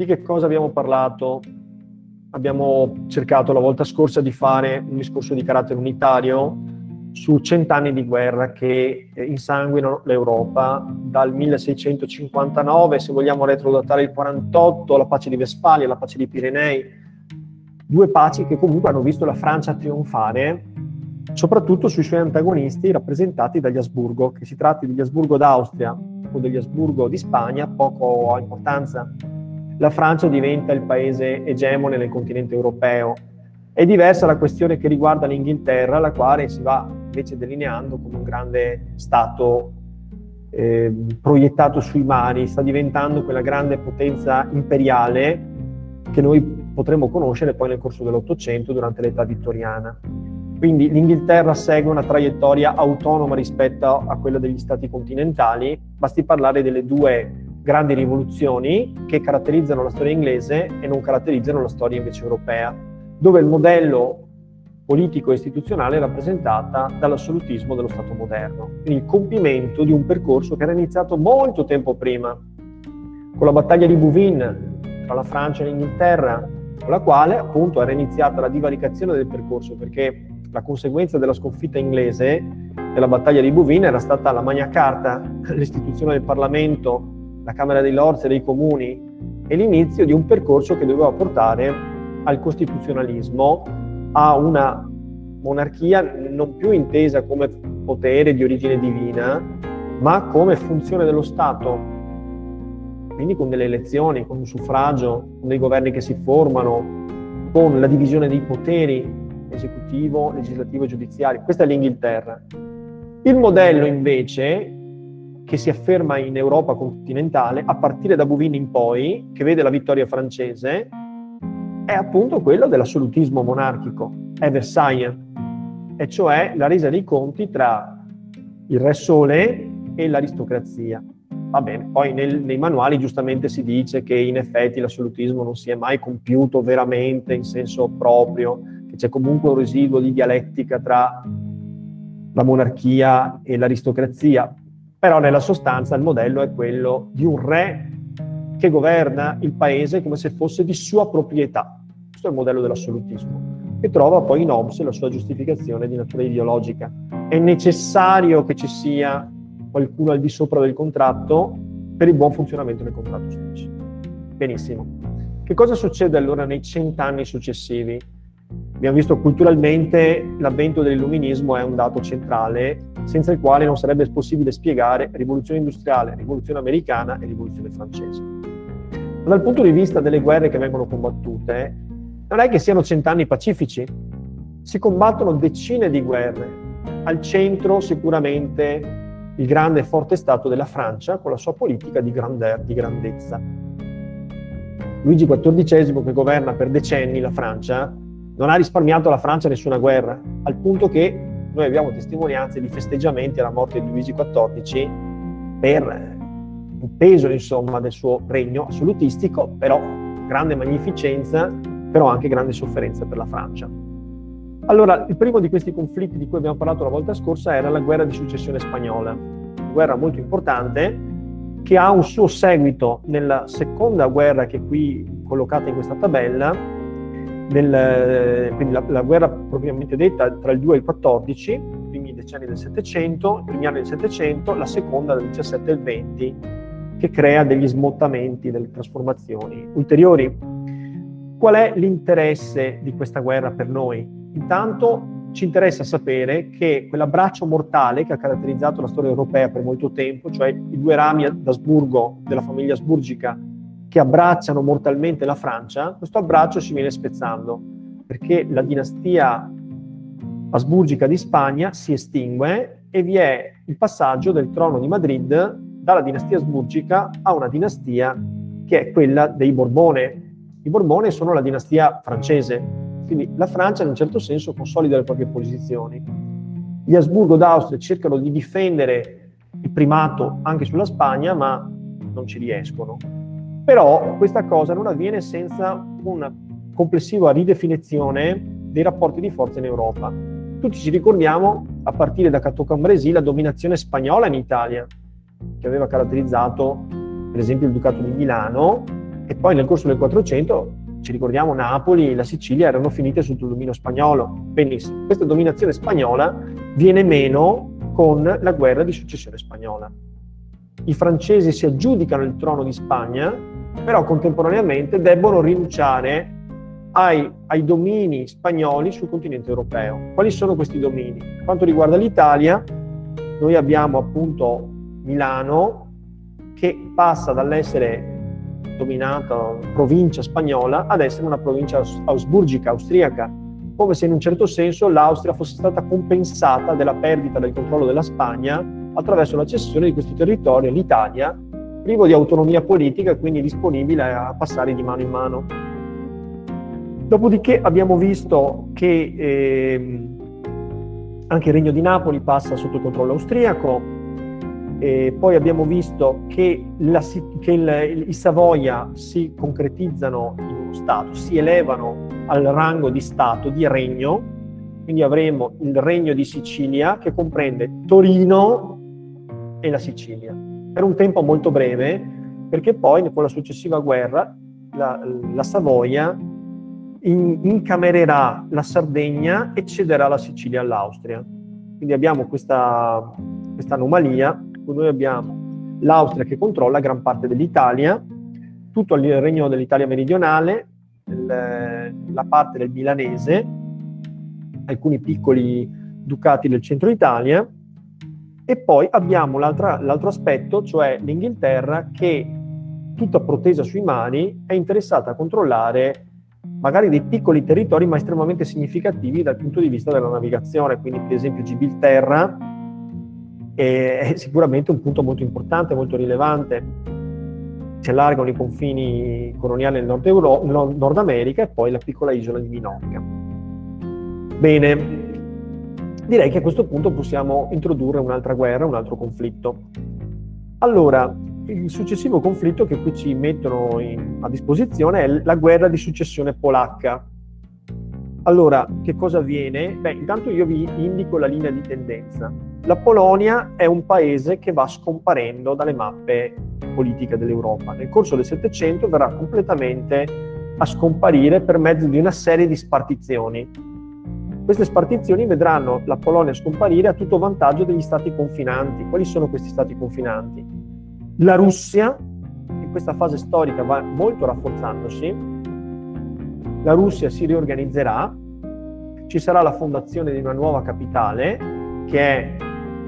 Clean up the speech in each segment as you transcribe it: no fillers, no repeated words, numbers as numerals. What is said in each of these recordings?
Di che cosa abbiamo parlato? Abbiamo cercato la volta scorsa di fare un discorso di carattere unitario su 100 anni di guerra che insanguinano l'Europa, dal 1659, se vogliamo retrodatare il 48, la pace di Vestfalia, la pace dei Pirenei, due paci che comunque hanno visto la Francia trionfare, soprattutto sui suoi antagonisti rappresentati dagli Asburgo, che si tratti degli Asburgo d'Austria o degli Asburgo di Spagna, poco ha importanza. La Francia diventa il paese egemone nel continente europeo. È diversa la questione che riguarda l'Inghilterra, la quale si va invece delineando come un grande stato proiettato sui mari, sta diventando quella grande potenza imperiale che noi potremo conoscere poi nel corso dell'Ottocento, durante l'età vittoriana. Quindi l'Inghilterra segue una traiettoria autonoma rispetto a quella degli stati continentali, basti parlare delle due grandi rivoluzioni che caratterizzano la storia inglese e non caratterizzano la storia invece europea, dove il modello politico e istituzionale è rappresentata dall'assolutismo dello Stato moderno, quindi il compimento di un percorso che era iniziato molto tempo prima, con la battaglia di Bouvines tra la Francia e l'Inghilterra, con la quale appunto era iniziata la divaricazione del percorso, perché la conseguenza della sconfitta inglese della battaglia di Bouvines era stata la Magna Carta, l'istituzione del Parlamento, la Camera dei Lords e dei Comuni, e l'inizio di un percorso che doveva portare al costituzionalismo, a una monarchia non più intesa come potere di origine divina, ma come funzione dello Stato, quindi con delle elezioni, con un suffragio, con dei governi che si formano, con la divisione dei poteri, esecutivo, legislativo e giudiziario. Questa è l'Inghilterra. Il modello invece, che si afferma in Europa continentale, a partire da Bouvines in poi, che vede la vittoria francese, è appunto quello dell'assolutismo monarchico, è Versailles, e cioè la resa dei conti tra il Re Sole e l'aristocrazia. Va bene, poi nei manuali giustamente si dice che in effetti l'assolutismo non si è mai compiuto veramente in senso proprio, che c'è comunque un residuo di dialettica tra la monarchia e l'aristocrazia, però nella sostanza il modello è quello di un re che governa il paese come se fosse di sua proprietà. Questo è il modello dell'assolutismo, che trova poi in Hobbes la sua giustificazione di natura ideologica. È necessario che ci sia qualcuno al di sopra del contratto per il buon funzionamento del contratto stesso. Benissimo. Che cosa succede allora nei 100 anni successivi? Abbiamo visto culturalmente l'avvento dell'illuminismo è un dato centrale, senza il quale non sarebbe possibile spiegare rivoluzione industriale, rivoluzione americana e rivoluzione francese. Ma dal punto di vista delle guerre che vengono combattute, non è che siano 100 anni pacifici, si combattono decine di guerre. Al centro sicuramente il grande e forte stato della Francia con la sua politica di grandeur, di grandezza. Luigi XIV, che governa per decenni la Francia, non ha risparmiato alla Francia nessuna guerra, al punto che noi abbiamo testimonianze di festeggiamenti alla morte di Luigi XIV per il peso, insomma, del suo regno assolutistico, però grande magnificenza, però anche grande sofferenza per la Francia. Allora, il primo di questi conflitti di cui abbiamo parlato la volta scorsa era la guerra di successione spagnola, una guerra molto importante che ha un suo seguito nella seconda guerra che è qui collocata in questa tabella, quindi la guerra propriamente detta tra il 2 e il 14, i primi decenni del Settecento, i primi anni del Settecento, la seconda dal 17 al 20, che crea degli smottamenti, delle trasformazioni ulteriori. Qual è l'interesse di questa guerra per noi? Intanto ci interessa sapere che quell'abbraccio mortale che ha caratterizzato la storia europea per molto tempo, cioè i due rami d'Asburgo della famiglia asburgica che abbracciano mortalmente la Francia, questo abbraccio si viene spezzando perché la dinastia asburgica di Spagna si estingue e vi è il passaggio del trono di Madrid dalla dinastia asburgica a una dinastia che è quella dei Borbone. I Borbone sono la dinastia francese, quindi la Francia in un certo senso consolida le proprie posizioni. Gli Asburgo d'Austria cercano di difendere il primato anche sulla Spagna, ma non ci riescono. Però questa cosa non avviene senza una complessiva ridefinizione dei rapporti di forza in Europa. Tutti ci ricordiamo, a partire da Cateau Cambrésis, la dominazione spagnola in Italia, che aveva caratterizzato per esempio il Ducato di Milano, E poi nel corso del 400, ci ricordiamo, Napoli e la Sicilia erano finite sotto il dominio spagnolo. Benissimo, questa dominazione spagnola viene meno con la guerra di successione spagnola. I francesi si aggiudicano il trono di Spagna, però contemporaneamente debbono rinunciare ai domini spagnoli sul continente europeo. Quali sono questi domini? Per quanto riguarda l'Italia, noi abbiamo appunto Milano, che passa dall'essere dominata provincia spagnola ad essere una provincia ausburgica, austriaca, come se in un certo senso l'Austria fosse stata compensata della perdita del controllo della Spagna attraverso la cessione di questo territorio all'Italia, privo di autonomia politica e quindi disponibile a passare di mano in mano. Dopodiché abbiamo visto che anche il Regno di Napoli passa sotto il controllo austriaco, poi abbiamo visto che i Savoia si concretizzano in uno Stato, si elevano al rango di Stato, di regno, quindi avremo il Regno di Sicilia che comprende Torino e la Sicilia, per un tempo molto breve, perché poi con la successiva guerra la Savoia incamererà la Sardegna e cederà la Sicilia all'Austria. Quindi abbiamo questa anomalia. Noi abbiamo l'Austria che controlla gran parte dell'Italia, tutto il regno dell'Italia meridionale, la parte del milanese, alcuni piccoli ducati del centro Italia, e poi abbiamo l'altro aspetto, cioè l'Inghilterra, che tutta protesa sui mari è interessata a controllare magari dei piccoli territori ma estremamente significativi dal punto di vista della navigazione. Quindi per esempio Gibilterra è sicuramente un punto molto importante, molto rilevante. Si allargano i confini coloniali nel Nord America e poi la piccola isola di Minorca. Bene, direi che a questo punto possiamo introdurre un'altra guerra, un altro conflitto. Allora, il successivo conflitto che qui ci mettono a disposizione è la guerra di successione polacca. Allora, che cosa avviene? Beh, intanto io vi indico la linea di tendenza. La Polonia è un paese che va scomparendo dalle mappe politiche dell'Europa. Nel corso del Settecento verrà completamente a scomparire per mezzo di una serie di spartizioni. Queste spartizioni vedranno la Polonia scomparire a tutto vantaggio degli stati confinanti. Quali sono questi stati confinanti? La Russia, in questa fase storica va molto rafforzandosi. La Russia si riorganizzerà, ci sarà la fondazione di una nuova capitale che è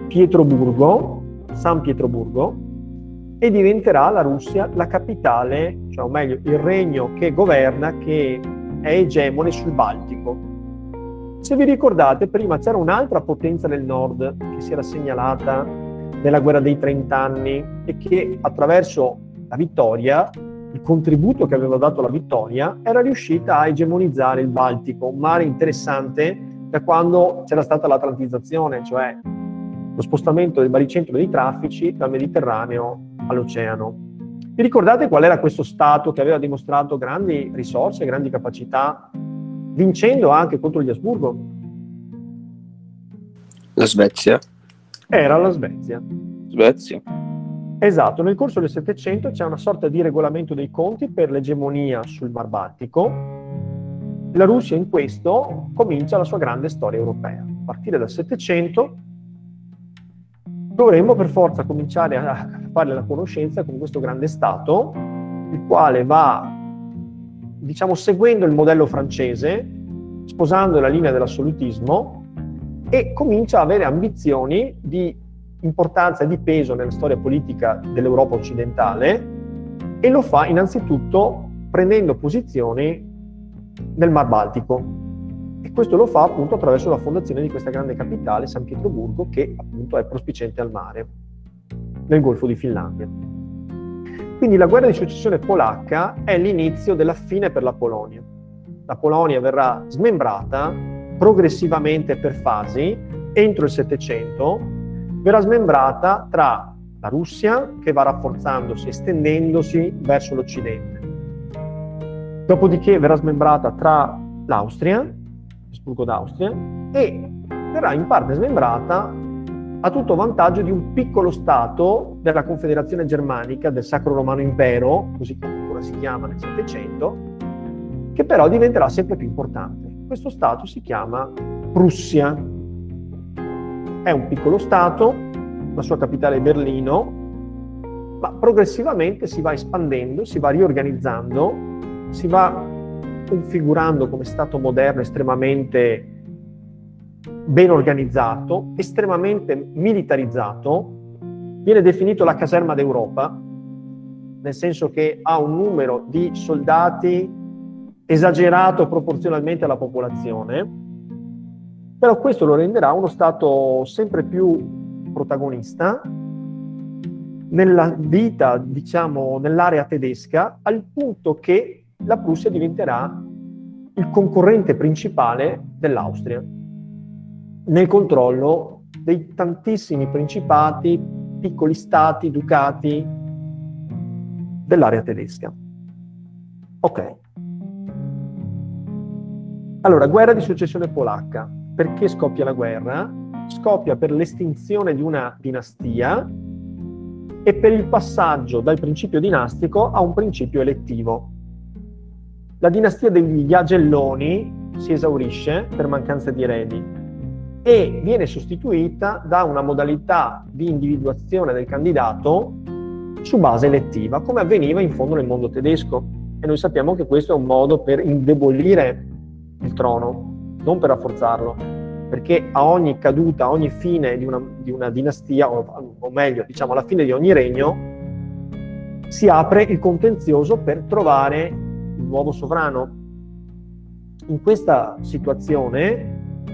San Pietroburgo, e diventerà la Russia la capitale, cioè o meglio il regno che governa, che è egemone sul Baltico. Se vi ricordate, prima c'era un'altra potenza nel nord che si era segnalata nella guerra dei 30 anni e che attraverso la vittoria, il contributo che aveva dato la vittoria, era riuscita a egemonizzare il Baltico, un mare interessante da quando c'era stata l'atlantizzazione, cioè lo spostamento del baricentro dei traffici dal Mediterraneo all'oceano. Vi ricordate qual era questo Stato che aveva dimostrato grandi risorse, grandi capacità, vincendo anche contro gli Asburgo? La Svezia. Era la Svezia. Svezia. Esatto, nel corso del Settecento c'è una sorta di regolamento dei conti per l'egemonia sul Mar Baltico. La Russia in questo comincia la sua grande storia europea. A partire dal Settecento dovremmo per forza cominciare a fare la conoscenza con questo grande Stato, il quale va, diciamo, seguendo il modello francese, sposando la linea dell'assolutismo, e comincia a avere ambizioni di importanza e di peso nella storia politica dell'Europa occidentale, e lo fa innanzitutto prendendo posizioni nel Mar Baltico, e questo lo fa appunto attraverso la fondazione di questa grande capitale, San Pietroburgo, che appunto è prospiciente al mare, nel Golfo di Finlandia. Quindi la guerra di successione polacca è l'inizio della fine per la Polonia. La Polonia verrà smembrata progressivamente per fasi entro il Settecento, verrà smembrata tra la Russia, che va rafforzandosi, estendendosi verso l'Occidente. Dopodiché verrà smembrata tra l'Austria, Asburgo d'Austria, e verrà in parte smembrata a tutto vantaggio di un piccolo stato della Confederazione Germanica, del Sacro Romano Impero, così come addirittura si chiama nel Settecento, che però diventerà sempre più importante. Questo stato si chiama Prussia. È un piccolo stato, la sua capitale è Berlino, ma progressivamente si va espandendo, si va riorganizzando, si va configurando come stato moderno estremamente ben organizzato, estremamente militarizzato. Viene definito la caserma d'Europa, nel senso che ha un numero di soldati esagerato proporzionalmente alla popolazione, però questo lo renderà uno stato sempre più protagonista nella vita, diciamo, nell'area tedesca, al punto che la Prussia diventerà il concorrente principale dell'Austria nel controllo dei tantissimi principati, piccoli stati, ducati dell'area tedesca. Ok. Allora, guerra di successione polacca. Perché scoppia la guerra? Scoppia per l'estinzione di una dinastia e per il passaggio dal principio dinastico a un principio elettivo. La dinastia degli Jagelloni si esaurisce per mancanza di eredi e viene sostituita da una modalità di individuazione del candidato su base elettiva, come avveniva in fondo nel mondo tedesco. E noi sappiamo che questo è un modo per indebolire il trono, non per rafforzarlo, perché a ogni caduta, a ogni fine di una dinastia, o meglio, diciamo alla fine di ogni regno, si apre il contenzioso per trovare il nuovo sovrano. In questa situazione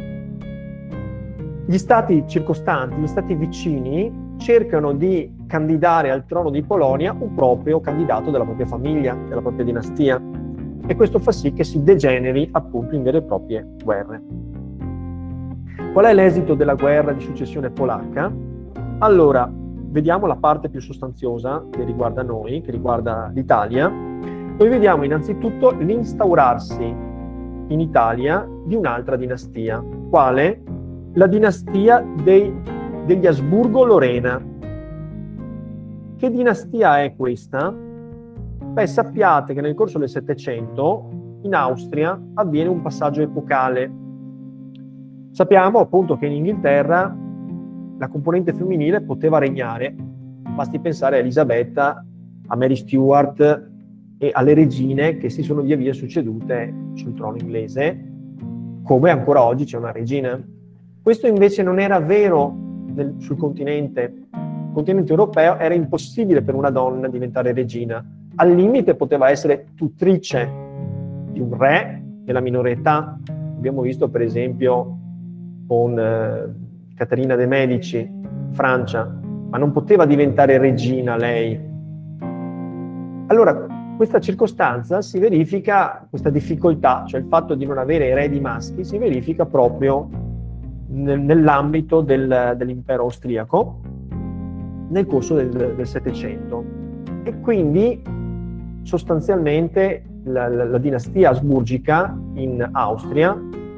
gli stati circostanti, gli stati vicini, cercano di candidare al trono di Polonia un proprio candidato della propria famiglia, della propria dinastia, e questo fa sì che si degeneri appunto in vere e proprie guerre. Qual è l'esito della guerra di successione polacca? Allora, vediamo la parte più sostanziosa che riguarda noi, che riguarda l'Italia. Noi vediamo innanzitutto l'instaurarsi in Italia di un'altra dinastia. Quale? La dinastia degli Asburgo-Lorena. Che dinastia è questa? Beh, sappiate che nel corso del Settecento in Austria avviene un passaggio epocale. Sappiamo appunto che in Inghilterra la componente femminile poteva regnare. Basti pensare a Elisabetta, a Mary Stuart e alle regine che si sono via via succedute sul trono inglese, come ancora oggi c'è una regina. Questo invece non era vero sul continente. Sul continente europeo era impossibile per una donna diventare regina. Al limite poteva essere tutrice di un re della minore età. Abbiamo visto per esempio con Caterina de' Medici, Francia, ma non poteva diventare regina lei. Allora, questa circostanza si verifica, questa difficoltà, cioè il fatto di non avere eredi maschi, si verifica proprio nell'ambito dell'impero austriaco nel corso del Settecento. E quindi sostanzialmente la dinastia asburgica in Austria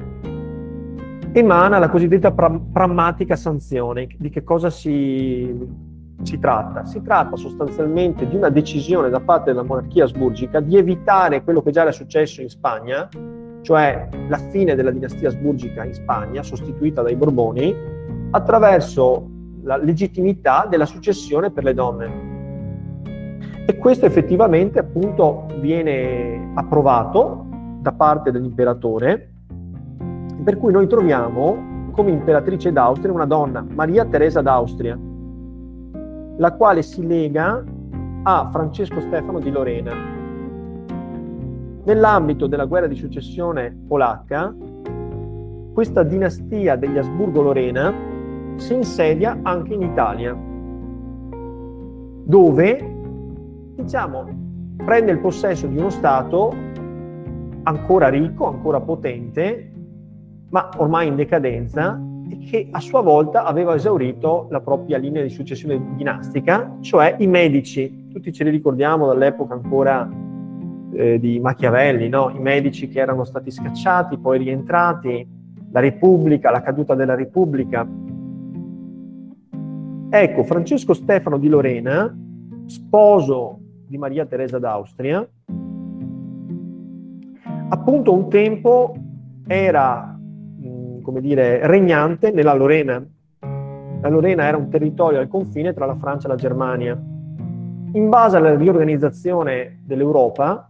emana la cosiddetta pragmatica sanzione. Di che cosa si tratta? Si tratta sostanzialmente di una decisione da parte della monarchia asburgica di evitare quello che già era successo in Spagna, cioè la fine della dinastia asburgica in Spagna, sostituita dai Borboni, attraverso la legittimità della successione per le donne. E questo effettivamente appunto viene approvato da parte dell'imperatore, per cui noi troviamo come imperatrice d'Austria una donna, Maria Teresa d'Austria, la quale si lega a Francesco Stefano di Lorena. Nell'ambito della guerra di successione polacca, questa dinastia degli Asburgo-Lorena si insedia anche in Italia, dove, diciamo, prende il possesso di uno Stato ancora ricco, ancora potente, ma ormai in decadenza, e che a sua volta aveva esaurito la propria linea di successione dinastica, cioè i Medici. Tutti ce li ricordiamo dall'epoca ancora di Machiavelli, no? I Medici che erano stati scacciati, poi rientrati, la Repubblica, la caduta della Repubblica. Ecco, Francesco Stefano di Lorena, sposo di Maria Teresa d'Austria, appunto un tempo era, come dire, regnante nella Lorena. La Lorena era un territorio al confine tra la Francia e la Germania. In base alla riorganizzazione dell'Europa,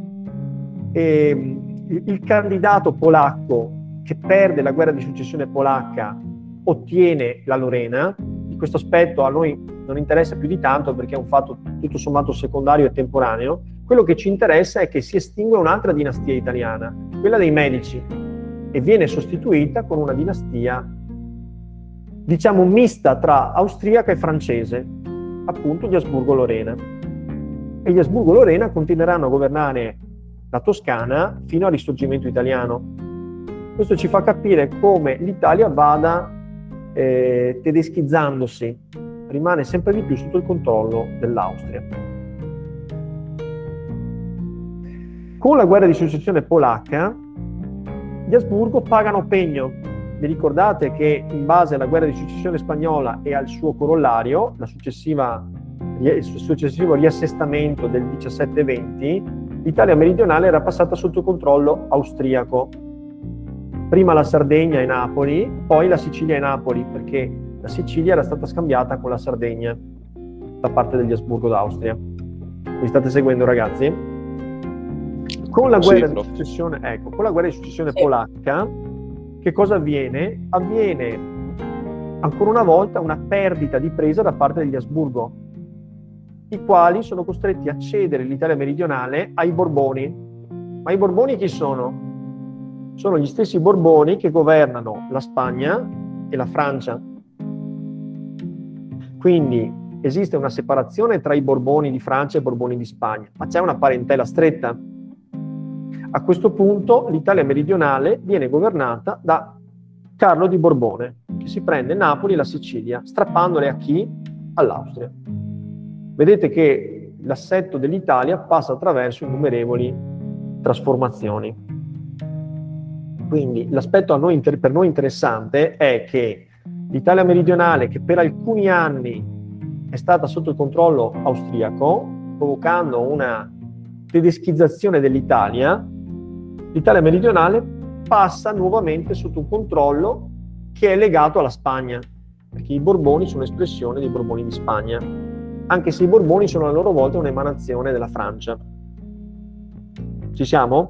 il candidato polacco che perde la guerra di successione polacca ottiene la Lorena. Di questo aspetto a noi non interessa più di tanto perché è un fatto tutto sommato secondario e temporaneo. Quello che ci interessa è che si estingue un'altra dinastia italiana, quella dei Medici, e viene sostituita con una dinastia, diciamo, mista tra austriaca e francese, appunto gli Asburgo-Lorena. E gli Asburgo-Lorena continueranno a governare la Toscana fino al Risorgimento italiano. Questo ci fa capire come l'Italia vada tedeschizzandosi, rimane sempre di più sotto il controllo dell'Austria. Con la guerra di successione polacca, gli Asburgo pagano pegno. Vi ricordate che in base alla guerra di successione spagnola e al suo corollario, il successivo riassestamento del 1720, l'Italia meridionale era passata sotto controllo austriaco. Prima la Sardegna e Napoli, poi la Sicilia e Napoli, perché la Sicilia era stata scambiata con la Sardegna da parte degli Asburgo d'Austria. Mi state seguendo, ragazzi? Con la guerra di successione, con la guerra di successione polacca, che cosa avviene? Avviene ancora una volta una perdita di presa da parte degli Asburgo, i quali sono costretti a cedere l'Italia meridionale ai Borboni. Ma i Borboni chi sono? Sono gli stessi Borboni che governano la Spagna e la Francia. Quindi esiste una separazione tra i Borboni di Francia e i Borboni di Spagna, ma c'è una parentela stretta. A questo punto l'Italia meridionale viene governata da Carlo di Borbone, che si prende Napoli e la Sicilia, strappandole a chi? All'Austria. Vedete che l'assetto dell'Italia passa attraverso innumerevoli trasformazioni. Quindi l'aspetto per noi interessante è che l'Italia meridionale, che per alcuni anni è stata sotto il controllo austriaco, provocando una tedeschizzazione dell'Italia, l'Italia meridionale passa nuovamente sotto un controllo che è legato alla Spagna, perché i Borboni sono espressione dei Borboni di Spagna, anche se i Borboni sono a loro volta un'emanazione della Francia. Ci siamo?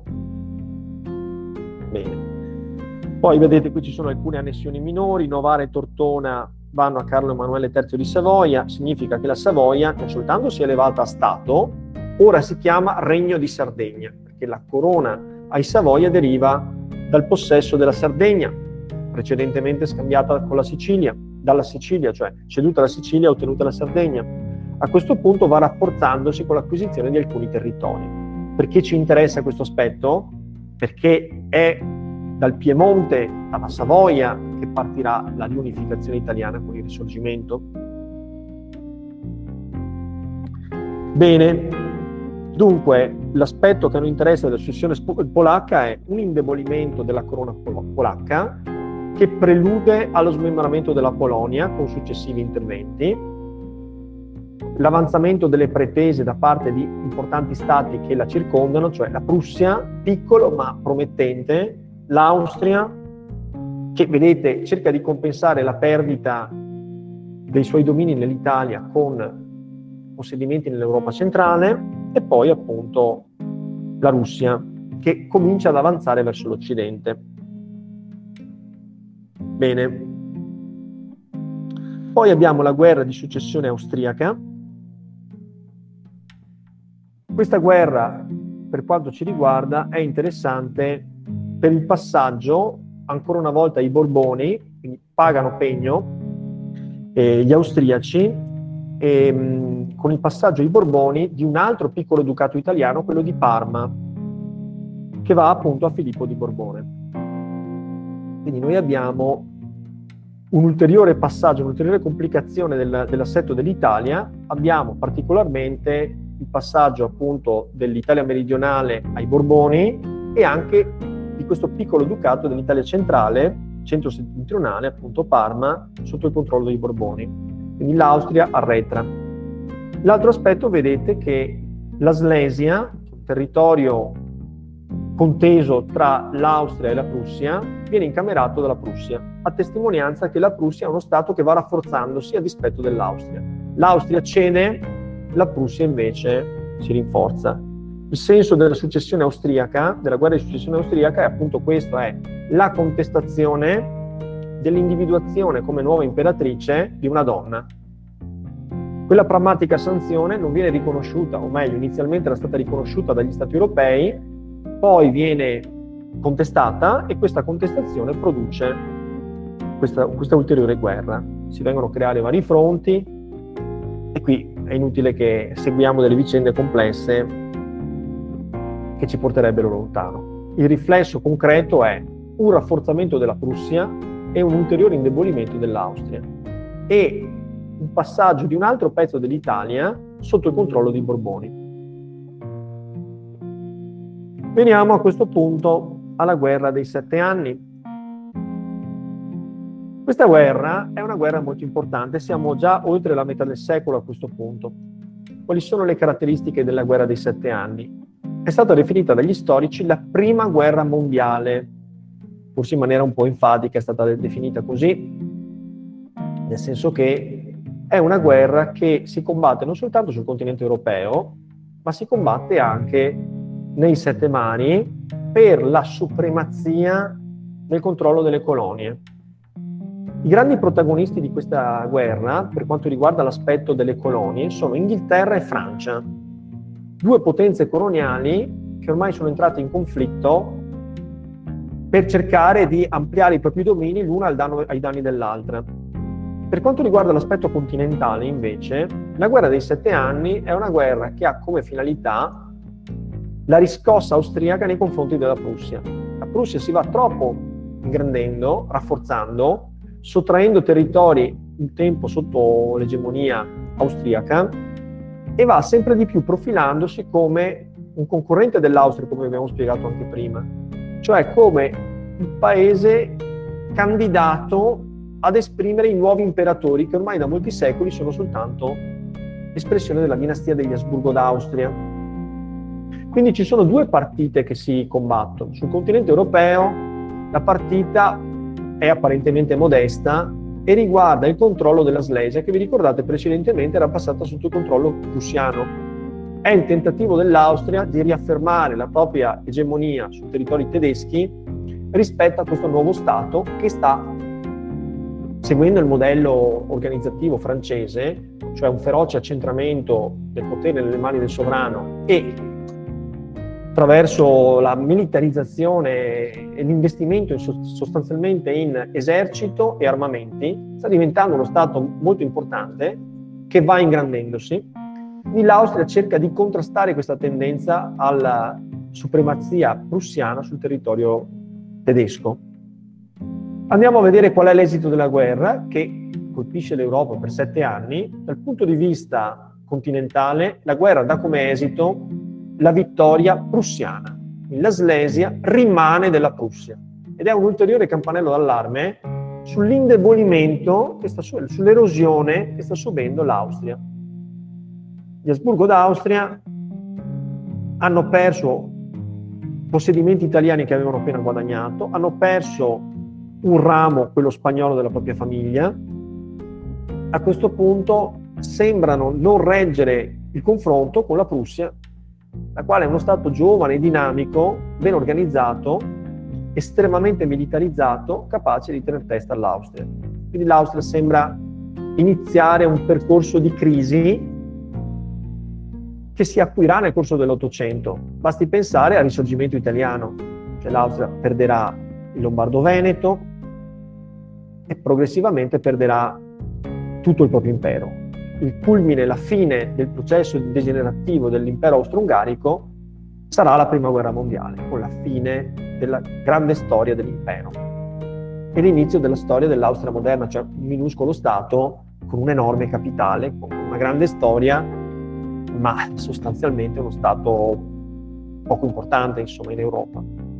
Bene. Poi vedete qui ci sono alcune annessioni minori. Novara e Tortona vanno a Carlo Emanuele III di Savoia. Significa che la Savoia non soltanto si è elevata a Stato, ora si chiama Regno di Sardegna, perché la corona ai Savoia deriva dal possesso della Sardegna, precedentemente scambiata con la Sicilia, dalla Sicilia, cioè ceduta la Sicilia e ottenuta la Sardegna. A questo punto va rafforzandosi con l'acquisizione di alcuni territori. Perché ci interessa questo aspetto? Perché è dal Piemonte alla Savoia che partirà la riunificazione italiana con il Risorgimento. Bene, dunque l'aspetto che a noi interessa della successione polacca è un indebolimento della corona polacca che prelude allo smembramento della Polonia con successivi interventi, l'avanzamento delle pretese da parte di importanti stati che la circondano, cioè la Prussia, piccolo ma promettente, l'Austria, che vedete cerca di compensare la perdita dei suoi domini nell'Italia con possedimenti nell'Europa centrale, e poi appunto la Russia, che comincia ad avanzare verso l'Occidente. Bene. Poi abbiamo la guerra di successione austriaca. Questa guerra, per quanto ci riguarda, è interessante per il passaggio, ancora una volta, i Borboni, quindi pagano pegno, gli austriaci, con il passaggio ai Borboni di un altro piccolo ducato italiano, quello di Parma, che va appunto a Filippo di Borbone. Quindi noi abbiamo un ulteriore passaggio, un'ulteriore complicazione dell'assetto dell'Italia. Abbiamo particolarmente il passaggio appunto dell'Italia meridionale ai Borboni e anche di questo piccolo ducato dell'Italia centrale, centro-settentrionale, appunto Parma, sotto il controllo dei Borboni. Quindi l'Austria arretra. L'altro aspetto, vedete che la Slesia, un territorio conteso tra l'Austria e la Prussia viene incamerato dalla Prussia, a testimonianza che la Prussia è uno Stato che va rafforzandosi a dispetto dell'Austria. L'Austria cede, la Prussia invece si rinforza. Il senso della successione austriaca, della guerra di successione austriaca, è appunto questo, è la contestazione dell'individuazione come nuova imperatrice di una donna. Quella pragmatica sanzione non viene riconosciuta, o meglio, inizialmente era stata riconosciuta dagli Stati europei, poi viene contestata e questa contestazione produce questa ulteriore guerra. Si vengono a creare vari fronti e qui è inutile che seguiamo delle vicende complesse che ci porterebbero lontano. Il riflesso concreto è un rafforzamento della Prussia e un ulteriore indebolimento dell'Austria e un passaggio di un altro pezzo dell'Italia sotto il controllo dei Borboni. Veniamo a questo punto alla guerra dei 7 anni. Questa guerra è una guerra molto importante, siamo già oltre la metà del secolo a questo punto. Quali sono le caratteristiche della guerra dei 7 anni? È stata definita dagli storici la prima guerra mondiale, forse in maniera un po' enfatica è stata definita così, nel senso che è una guerra che si combatte non soltanto sul continente europeo, ma si combatte anche nei 7 mari per la supremazia del controllo delle colonie. I grandi protagonisti di questa guerra, per quanto riguarda l'aspetto delle colonie, sono Inghilterra e Francia, due potenze coloniali che ormai sono entrate in conflitto per cercare di ampliare i propri domini l'una ai danni dell'altra. Per quanto riguarda l'aspetto continentale, invece, la guerra dei 7 anni è una guerra che ha come finalità la riscossa austriaca nei confronti della Prussia. La Prussia si va troppo ingrandendo, rafforzando, sottraendo territori un tempo sotto l'egemonia austriaca e va sempre di più profilandosi come un concorrente dell'Austria, come abbiamo spiegato anche prima, cioè come un paese candidato ad esprimere i nuovi imperatori che ormai da molti secoli sono soltanto espressione della dinastia degli Asburgo d'Austria. Quindi ci sono due partite che si combattono. Sul continente europeo la partita è apparentemente modesta e riguarda il controllo della Slesia, che vi ricordate precedentemente era passata sotto il controllo prussiano. È il tentativo dell'Austria di riaffermare la propria egemonia sui territori tedeschi rispetto a questo nuovo Stato che sta seguendo il modello organizzativo francese, cioè un feroce accentramento del potere nelle mani del sovrano e attraverso la militarizzazione e l'investimento sostanzialmente in esercito e armamenti, sta diventando uno Stato molto importante che va ingrandendosi. Quindi l'Austria cerca di contrastare questa tendenza alla supremazia prussiana sul territorio tedesco. Andiamo a vedere qual è l'esito della guerra che colpisce l'Europa per 7 anni. Dal punto di vista continentale, la guerra dà come esito la vittoria prussiana. La Slesia rimane della Prussia ed è un ulteriore campanello d'allarme sull'indebolimento, sull'erosione che sta subendo l'Austria. Gli Asburgo d'Austria hanno perso possedimenti italiani che avevano appena guadagnato, hanno perso un ramo, quello spagnolo, della propria famiglia. A questo punto sembrano non reggere il confronto con la Prussia, la quale è uno Stato giovane, dinamico, ben organizzato, estremamente militarizzato, capace di tenere testa all'Austria. Quindi l'Austria sembra iniziare un percorso di crisi che si acuirà nel corso dell'Ottocento. Basti pensare al Risorgimento italiano, cioè l'Austria perderà il Lombardo-Veneto e progressivamente perderà tutto il proprio impero. Il culmine, la fine del processo degenerativo dell'impero austro-ungarico sarà la Prima Guerra Mondiale, con la fine della grande storia dell'impero e l'inizio della storia dell'Austria moderna, cioè un minuscolo Stato con un'enorme capitale, con una grande storia, ma sostanzialmente uno Stato poco importante, insomma, in Europa.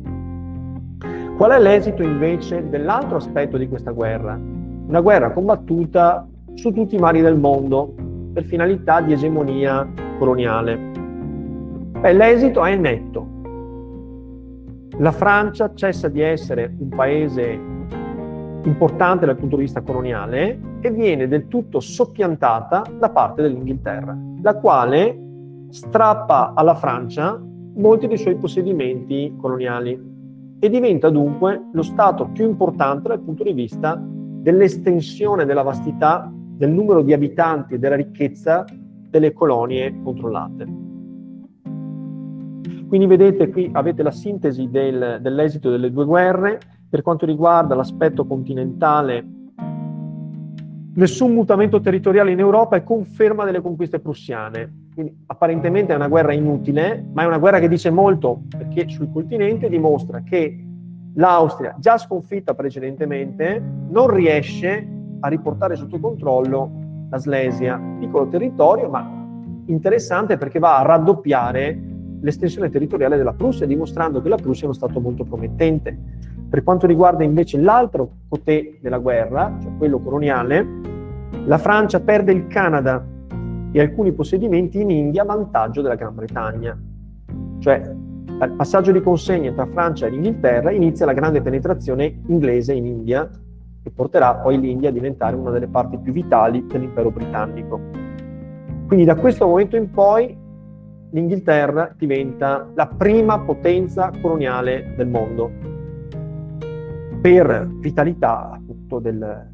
Qual è l'esito invece dell'altro aspetto di questa guerra? Una guerra combattuta su tutti i mari del mondo per finalità di egemonia coloniale. L'esito è netto. La Francia cessa di essere un paese importante dal punto di vista coloniale e viene del tutto soppiantata da parte dell'Inghilterra, la quale strappa alla Francia molti dei suoi possedimenti coloniali e diventa dunque lo stato più importante dal punto di vista dell'estensione, della vastità, del numero di abitanti e della ricchezza delle colonie controllate. Quindi vedete qui avete la sintesi dell'esito delle due guerre. Per quanto riguarda l'aspetto continentale, nessun mutamento territoriale in Europa e conferma delle conquiste prussiane. Quindi apparentemente è una guerra inutile, ma è una guerra che dice molto, perché sul continente dimostra che l'Austria, già sconfitta precedentemente, non riesce a riportare sotto controllo la Slesia, piccolo territorio, ma interessante perché va a raddoppiare l'estensione territoriale della Prussia, dimostrando che la Prussia è uno stato molto promettente. Per quanto riguarda invece l'altro côté della guerra, cioè quello coloniale, la Francia perde il Canada e alcuni possedimenti in India a vantaggio della Gran Bretagna. Cioè, dal passaggio di consegne tra Francia e Inghilterra inizia la grande penetrazione inglese in India, che porterà poi l'India a diventare una delle parti più vitali dell'impero britannico. Quindi da questo momento in poi l'Inghilterra diventa la prima potenza coloniale del mondo per vitalità appunto del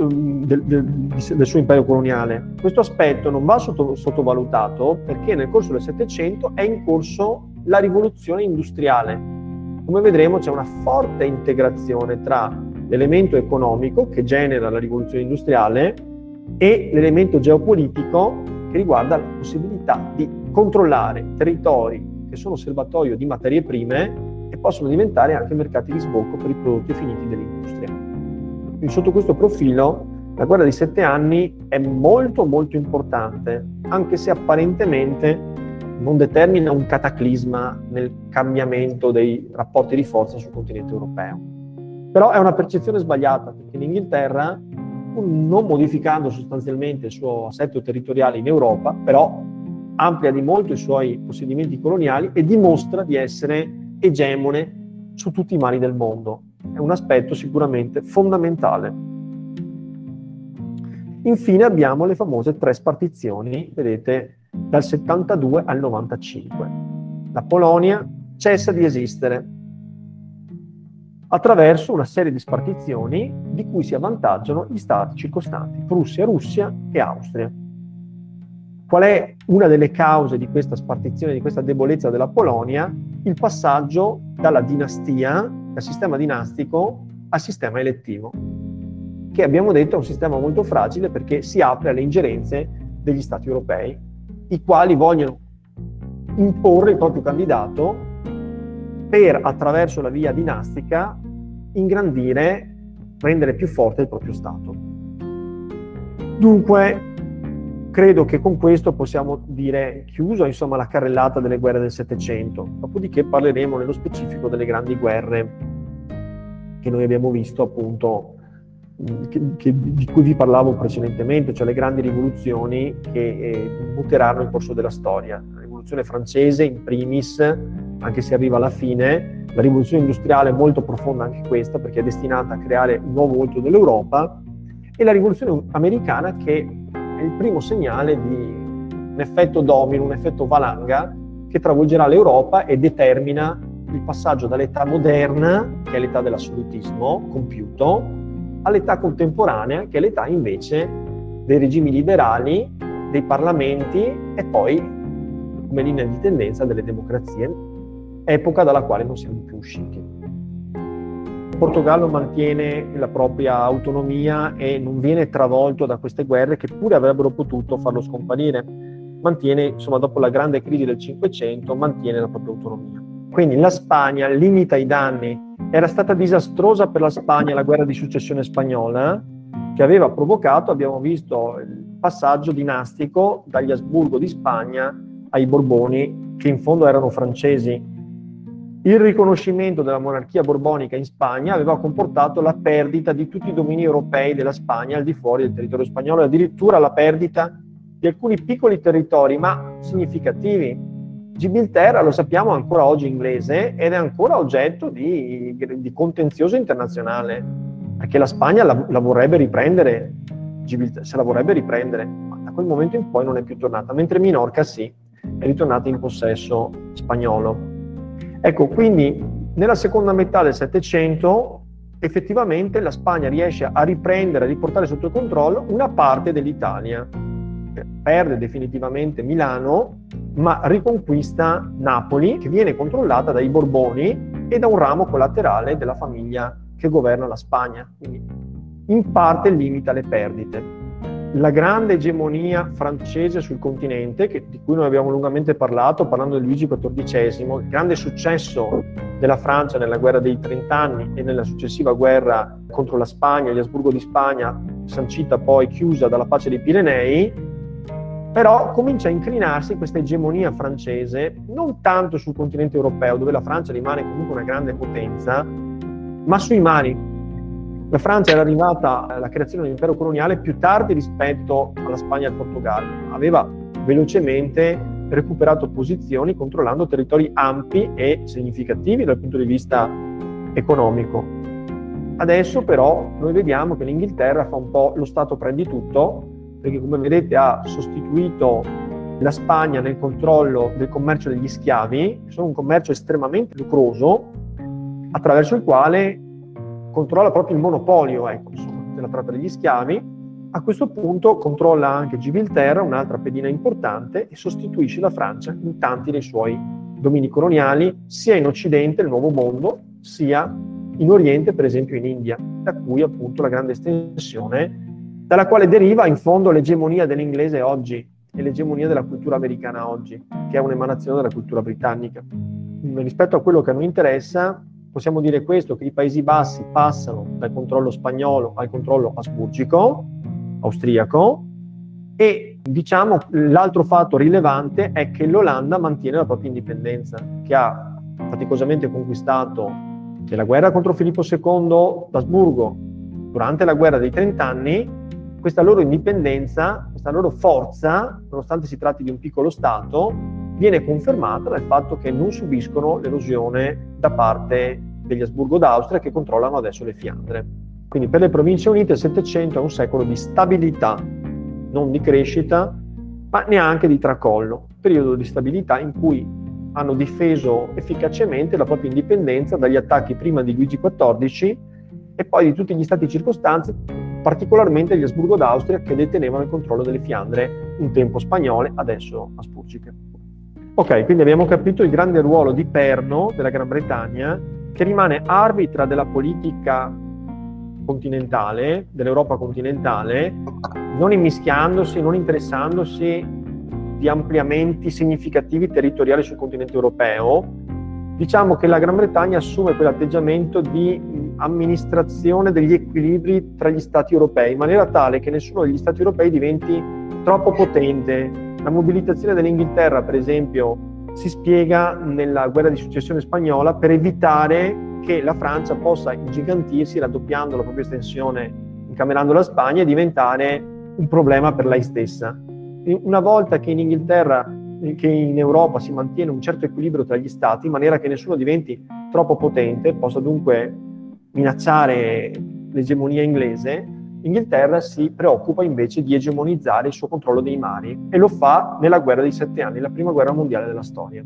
suo impero coloniale. Questo aspetto non va sottovalutato perché nel corso del Settecento è in corso la rivoluzione industriale. Come vedremo c'è una forte integrazione tra l'elemento economico che genera la rivoluzione industriale e l'elemento geopolitico che riguarda la possibilità di controllare territori che sono serbatoio di materie prime e possono diventare anche mercati di sbocco per i prodotti finiti dell'industria. Quindi sotto questo profilo la guerra di 7 anni è molto molto importante, anche se apparentemente non determina un cataclisma nel cambiamento dei rapporti di forza sul continente europeo. Però è una percezione sbagliata, perché l'Inghilterra, non modificando sostanzialmente il suo assetto territoriale in Europa, però amplia di molto i suoi possedimenti coloniali e dimostra di essere egemone su tutti i mari del mondo. È un aspetto sicuramente fondamentale. Infine abbiamo le famose 3 spartizioni, vedete, dal 72 al 95. La Polonia cessa di esistere attraverso una serie di spartizioni di cui si avvantaggiano gli stati circostanti, Prussia, Russia e Austria. Qual è una delle cause di questa spartizione, di questa debolezza della Polonia? Il passaggio dalla dinastia, dal sistema dinastico, al sistema elettivo, che abbiamo detto è un sistema molto fragile perché si apre alle ingerenze degli stati europei, i quali vogliono imporre il proprio candidato per, attraverso la via dinastica, ingrandire, rendere più forte il proprio Stato. Dunque, credo che con questo possiamo dire chiuso, insomma, la carrellata delle guerre del Settecento. Dopodiché parleremo nello specifico delle grandi guerre che noi abbiamo visto, appunto, di cui vi parlavo precedentemente, cioè le grandi rivoluzioni che muteranno il corso della storia. La rivoluzione francese in primis, anche se arriva alla fine, la rivoluzione industriale è molto profonda anche questa, perché è destinata a creare un nuovo volto dell'Europa, e la rivoluzione americana che è il primo segnale di un effetto domino, un effetto valanga che travolgerà l'Europa e determina il passaggio dall'età moderna, che è l'età dell'assolutismo compiuto, all'età contemporanea, che è l'età invece dei regimi liberali, dei parlamenti e poi, come linea di tendenza, delle democrazie, epoca dalla quale non siamo più usciti. Il Portogallo mantiene la propria autonomia e non viene travolto da queste guerre che pure avrebbero potuto farlo scomparire. Mantiene, insomma, dopo la grande crisi del Cinquecento, mantiene la propria autonomia. Quindi la Spagna limita i danni. Era stata disastrosa per la Spagna la guerra di successione spagnola, che aveva provocato, abbiamo visto, il passaggio dinastico dagli Asburgo di Spagna ai Borboni, che in fondo erano francesi. Il riconoscimento della monarchia borbonica in Spagna aveva comportato la perdita di tutti i domini europei della Spagna al di fuori del territorio spagnolo, e addirittura la perdita di alcuni piccoli territori, ma significativi, Gibilterra, lo sappiamo, è ancora oggi inglese ed è ancora oggetto di contenzioso internazionale, perché la Spagna la vorrebbe riprendere, se la vorrebbe riprendere, ma da quel momento in poi non è più tornata, mentre Minorca sì, è ritornata in possesso spagnolo. Ecco, quindi nella seconda metà del Settecento effettivamente la Spagna riesce a riprendere, a riportare sotto controllo una parte dell'Italia. Perde definitivamente Milano, ma riconquista Napoli, che viene controllata dai Borboni e da un ramo collaterale della famiglia che governa la Spagna. Quindi in parte limita le perdite. La grande egemonia francese sul continente, di cui noi abbiamo lungamente parlando di Luigi XIV, il grande successo della Francia nella guerra dei 30 anni e nella successiva guerra contro la Spagna, gli Asburgo di Spagna, sancita poi chiusa dalla pace dei Pirenei, però comincia a inclinarsi questa egemonia francese non tanto sul continente europeo, dove la Francia rimane comunque una grande potenza, ma sui mari. La Francia era arrivata alla creazione dell'impero coloniale più tardi rispetto alla Spagna e al Portogallo. Aveva velocemente recuperato posizioni controllando territori ampi e significativi dal punto di vista economico. Adesso però noi vediamo che l'Inghilterra fa un po' lo Stato prendi tutto, perché come vedete ha sostituito la Spagna nel controllo del commercio degli schiavi, che sono un commercio estremamente lucroso, attraverso il quale controlla proprio il monopolio della tratta degli schiavi. A questo punto controlla anche Gibilterra, un'altra pedina importante, e sostituisce la Francia in tanti dei suoi domini coloniali, sia in Occidente, il Nuovo Mondo, sia in Oriente, per esempio in India, da cui appunto la grande estensione, dalla quale deriva in fondo l'egemonia dell'inglese oggi e l'egemonia della cultura americana oggi, che è un'emanazione della cultura britannica. Rispetto a quello che a noi interessa, possiamo dire questo, che i Paesi Bassi passano dal controllo spagnolo al controllo asburgico, austriaco, e diciamo l'altro fatto rilevante è che l'Olanda mantiene la propria indipendenza, che ha faticosamente conquistato nella guerra contro Filippo II d'Asburgo, durante la guerra dei 30 anni. Questa loro indipendenza, questa loro forza, nonostante si tratti di un piccolo Stato, viene confermata dal fatto che non subiscono l'erosione da parte degli Asburgo d'Austria, che controllano adesso le Fiandre. Quindi per le Province Unite il Settecento è un secolo di stabilità, non di crescita, ma neanche di tracollo, periodo di stabilità in cui hanno difeso efficacemente la propria indipendenza dagli attacchi prima di Luigi XIV e poi di tutti gli stati circostanti, particolarmente gli Asburgo d'Austria, che detenevano il controllo delle Fiandre, un tempo spagnole, adesso asburgiche. Ok, quindi abbiamo capito il grande ruolo di perno della Gran Bretagna, che rimane arbitra della politica continentale, dell'Europa continentale, non immischiandosi, non interessandosi di ampliamenti significativi territoriali sul continente europeo. Diciamo che la Gran Bretagna assume quell'atteggiamento di amministrazione degli equilibri tra gli Stati europei, in maniera tale che nessuno degli Stati europei diventi troppo potente. La mobilitazione dell'Inghilterra, per esempio, si spiega nella guerra di successione spagnola per evitare che la Francia possa ingigantirsi, raddoppiando la propria estensione, incamerando la Spagna, e diventare un problema per lei stessa. Una volta che in Inghilterra, che in Europa si mantiene un certo equilibrio tra gli stati, in maniera che nessuno diventi troppo potente, possa dunque minacciare l'egemonia inglese, l'Inghilterra si preoccupa invece di egemonizzare il suo controllo dei mari, e lo fa nella guerra dei 7 anni, la prima guerra mondiale della storia.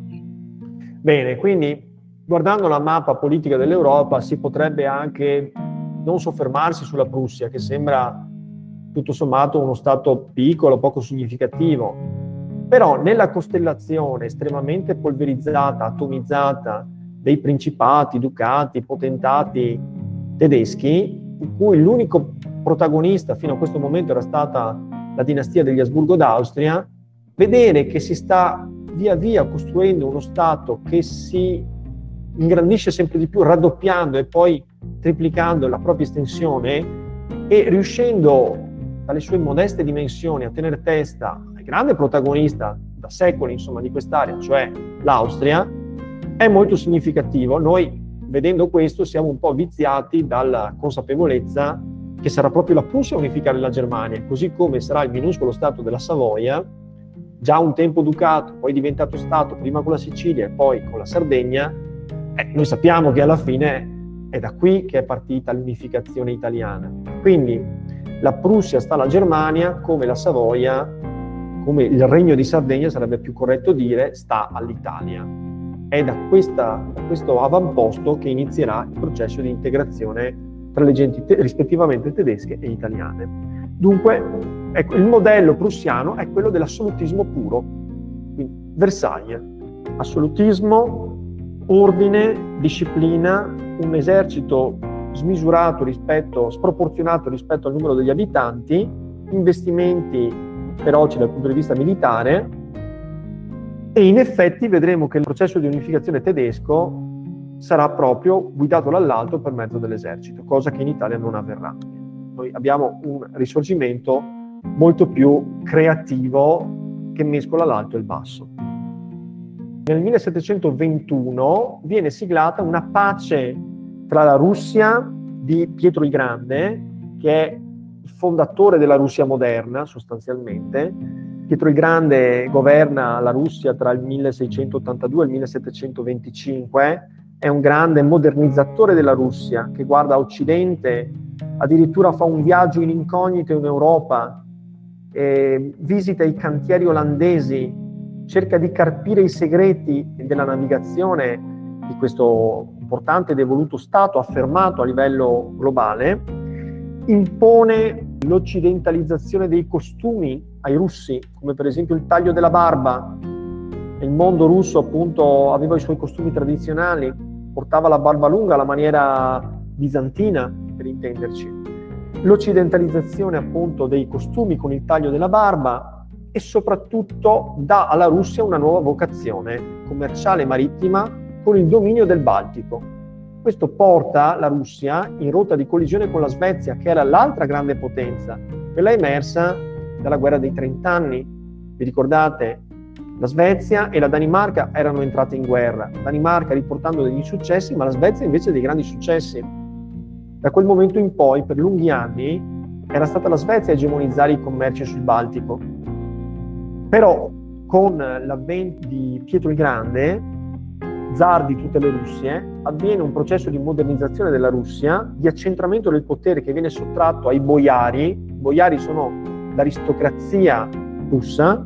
Bene, quindi guardando la mappa politica dell'Europa si potrebbe anche non soffermarsi sulla Prussia, che sembra tutto sommato uno stato piccolo, poco significativo, però nella costellazione estremamente polverizzata, atomizzata dei principati, ducati, potentati tedeschi, in cui l'unico protagonista fino a questo momento era stata la dinastia degli Asburgo d'Austria, vedere che si sta via via costruendo uno Stato che si ingrandisce sempre di più, raddoppiando e poi triplicando la propria estensione e riuscendo dalle sue modeste dimensioni a tenere testa al grande protagonista da secoli, insomma, di quest'area, cioè l'Austria, è molto significativo. Noi, vedendo questo, siamo un po' viziati dalla consapevolezza che sarà proprio la Prussia a unificare la Germania, così come sarà il minuscolo stato della Savoia, già un tempo ducato, poi diventato stato, prima con la Sicilia e poi con la Sardegna, noi sappiamo che alla fine è da qui che è partita l'unificazione italiana. Quindi la Prussia sta alla Germania, come la Savoia, come il Regno di Sardegna sarebbe più corretto dire, sta all'Italia. È da questo avamposto che inizierà il processo di integrazione tra le genti rispettivamente tedesche e italiane. Dunque, ecco, il modello prussiano è quello dell'assolutismo puro. Quindi, Versailles, assolutismo, ordine, disciplina, un esercito smisurato sproporzionato rispetto al numero degli abitanti, investimenti feroci dal punto di vista militare, e in effetti vedremo che il processo di unificazione tedesco sarà proprio guidato dall'alto per mezzo dell'esercito, cosa che in Italia non avverrà. Noi abbiamo un risorgimento molto più creativo che mescola l'alto e il basso. Nel 1721 viene siglata una pace tra la Russia di Pietro il Grande, che è il fondatore della Russia moderna sostanzialmente. Pietro il Grande governa la Russia tra il 1682 e il 1725, è un grande modernizzatore della Russia che guarda a Occidente, addirittura fa un viaggio in incognito in Europa, visita i cantieri olandesi, cerca di carpire i segreti della navigazione di questo importante ed evoluto Stato affermato a livello globale, impone l'occidentalizzazione dei costumi ai russi, come per esempio il taglio della barba. Il mondo russo appunto aveva i suoi costumi tradizionali, portava la barba lunga alla maniera bizantina, per intenderci. L'occidentalizzazione appunto dei costumi con il taglio della barba e soprattutto dà alla Russia una nuova vocazione commerciale marittima con il dominio del Baltico. Questo porta la Russia in rotta di collisione con la Svezia, che era l'altra grande potenza, quella emersa dalla guerra dei 30 anni. Vi ricordate? La Svezia e la Danimarca erano entrate in guerra, la Danimarca riportando degli insuccessi, ma la Svezia invece dei grandi successi. Da quel momento in poi, per lunghi anni, era stata la Svezia a egemonizzare i commerci sul Baltico. Però, con l'avvento di Pietro il Grande, zar di tutte le Russie, avviene un processo di modernizzazione della Russia, di accentramento del potere che viene sottratto ai boiari. I boiari sono l'aristocrazia russa,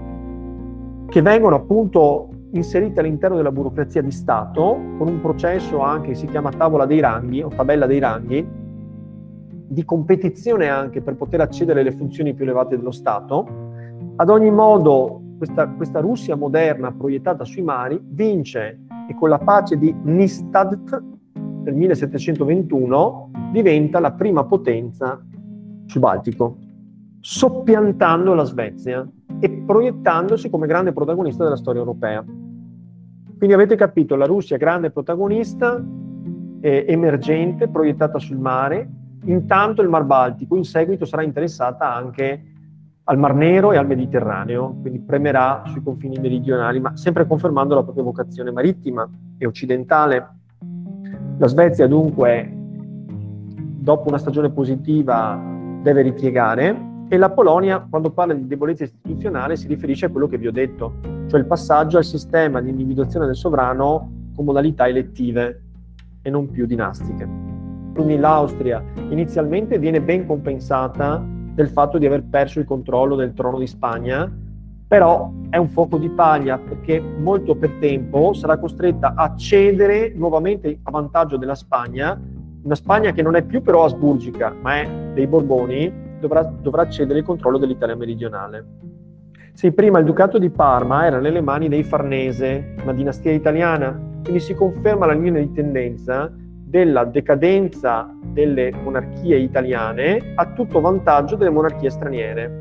che vengono appunto inserite all'interno della burocrazia di Stato, con un processo anche che si chiama tavola dei ranghi o tabella dei ranghi, di competizione anche per poter accedere alle funzioni più elevate dello Stato. Ad ogni modo, questa Russia moderna proiettata sui mari vince e con la pace di Nystad del 1721 diventa la prima potenza sul Baltico, soppiantando la Svezia e proiettandosi come grande protagonista della storia europea. Quindi avete capito, la Russia grande protagonista, emergente, proiettata sul mare. Intanto il Mar Baltico in seguito sarà interessata anche al Mar Nero e al Mediterraneo, quindi premerà sui confini meridionali, ma sempre confermando la propria vocazione marittima e occidentale. La Svezia dunque, dopo una stagione positiva, deve ripiegare, e la Polonia, quando parla di debolezza istituzionale, si riferisce a quello che vi ho detto, cioè il passaggio al sistema di individuazione del sovrano con modalità elettive e non più dinastiche. Quindi l'Austria inizialmente viene ben compensata del fatto di aver perso il controllo del trono di Spagna, però è un fuoco di paglia, perché molto per tempo sarà costretta a cedere nuovamente a vantaggio della Spagna, una Spagna che non è più però asburgica, ma è dei Borboni. Dovrà cedere il controllo dell'Italia meridionale. Sì, prima il Ducato di Parma era nelle mani dei Farnese, una dinastia italiana, quindi si conferma la linea di tendenza della decadenza delle monarchie italiane a tutto vantaggio delle monarchie straniere.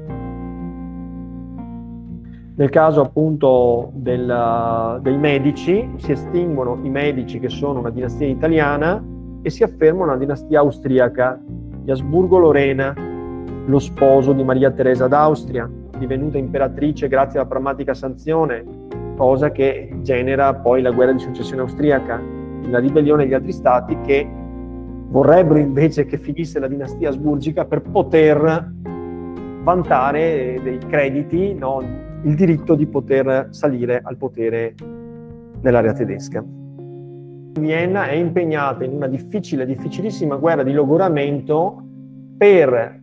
Nel caso appunto dei Medici, si estinguono i Medici, che sono una dinastia italiana, e si afferma una dinastia austriaca, gli Asburgo-Lorena, lo sposo di Maria Teresa d'Austria, divenuta imperatrice grazie alla pragmatica sanzione, cosa che genera poi la guerra di successione austriaca, la ribellione degli altri stati che vorrebbero invece che finisse la dinastia asburgica per poter vantare dei crediti, no, il diritto di poter salire al potere nell'area tedesca. Vienna è impegnata in una difficilissima guerra di logoramento per,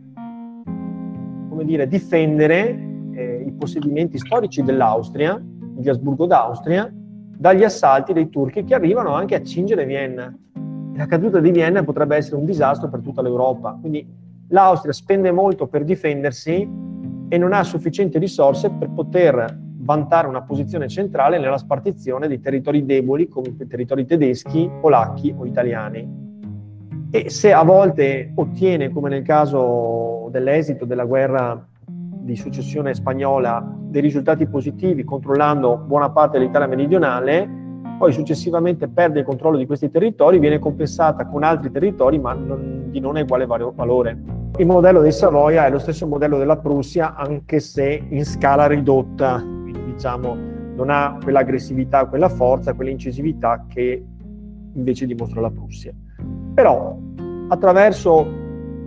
come dire, difendere i possedimenti storici dell'Austria, di Asburgo d'Austria, dagli assalti dei turchi che arrivano anche a cingere Vienna. La caduta di Vienna potrebbe essere un disastro per tutta l'Europa. Quindi l'Austria spende molto per difendersi e non ha sufficienti risorse per poter vantare una posizione centrale nella spartizione dei territori deboli come i territori tedeschi, polacchi o italiani. E se a volte ottiene, come nel caso dell'esito della guerra di successione spagnola, dei risultati positivi controllando buona parte dell'Italia meridionale, poi successivamente perde il controllo di questi territori, viene compensata con altri territori ma di non uguale valore. Il modello dei Savoia è lo stesso modello della Prussia, anche se in scala ridotta, quindi diciamo non ha quell'aggressività, quella forza, quell'incisività che invece dimostra la Prussia. Però attraverso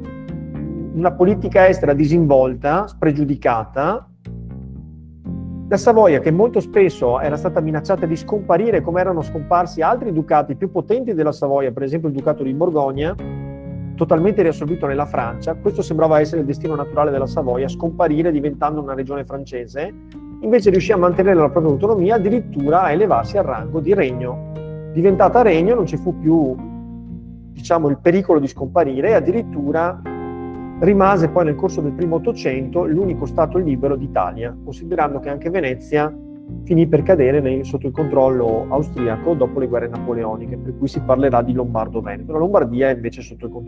una politica estera disinvolta, spregiudicata, la Savoia, che molto spesso era stata minacciata di scomparire come erano scomparsi altri ducati più potenti della Savoia, per esempio il Ducato di Borgogna, totalmente riassorbito nella Francia, questo sembrava essere il destino naturale della Savoia, scomparire diventando una regione francese, invece riuscì a mantenere la propria autonomia, addirittura a elevarsi al rango di regno. Diventata regno non ci fu più, diciamo, il pericolo di scomparire e addirittura rimase poi nel corso del primo Ottocento l'unico stato libero d'Italia, considerando che anche Venezia finì per cadere sotto il controllo austriaco dopo le guerre napoleoniche, per cui si parlerà di Lombardo-Veneto. La Lombardia è invece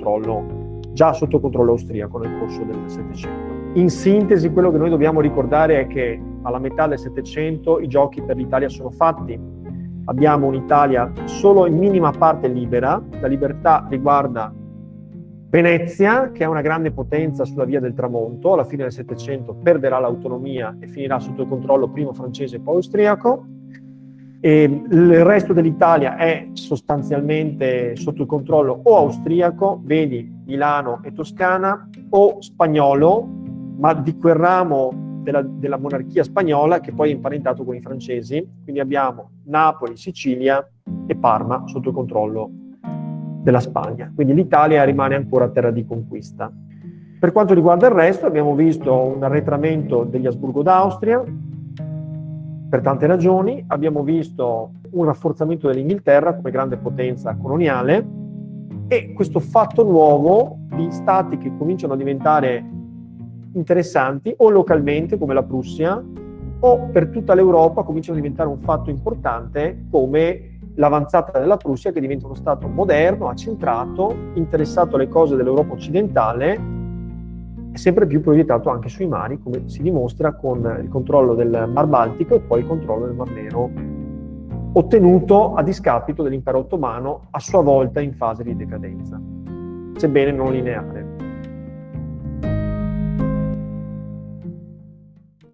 già sotto controllo austriaco nel corso del Settecento. In sintesi, quello che noi dobbiamo ricordare è che alla metà del Settecento i giochi per l'Italia sono fatti. Abbiamo un'Italia solo in minima parte libera, la libertà riguarda Venezia, che è una grande potenza sulla via del tramonto, alla fine del Settecento perderà l'autonomia e finirà sotto il controllo prima francese e poi austriaco, e il resto dell'Italia è sostanzialmente sotto il controllo o austriaco, vedi Milano e Toscana, o spagnolo, ma di quel ramo della monarchia spagnola che poi è imparentato con i francesi, quindi abbiamo Napoli, Sicilia e Parma sotto il controllo della Spagna, quindi l'Italia rimane ancora terra di conquista. Per quanto riguarda il resto, abbiamo visto un arretramento degli Asburgo d'Austria per tante ragioni, abbiamo visto un rafforzamento dell'Inghilterra come grande potenza coloniale e questo fatto nuovo di stati che cominciano a diventare interessanti o localmente come la Prussia o per tutta l'Europa cominciano a diventare un fatto importante come l'avanzata della Prussia, che diventa uno stato moderno, accentrato, interessato alle cose dell'Europa occidentale e sempre più proiettato anche sui mari, come si dimostra con il controllo del Mar Baltico e poi il controllo del Mar Nero, ottenuto a discapito dell'impero ottomano, a sua volta in fase di decadenza, sebbene non lineare.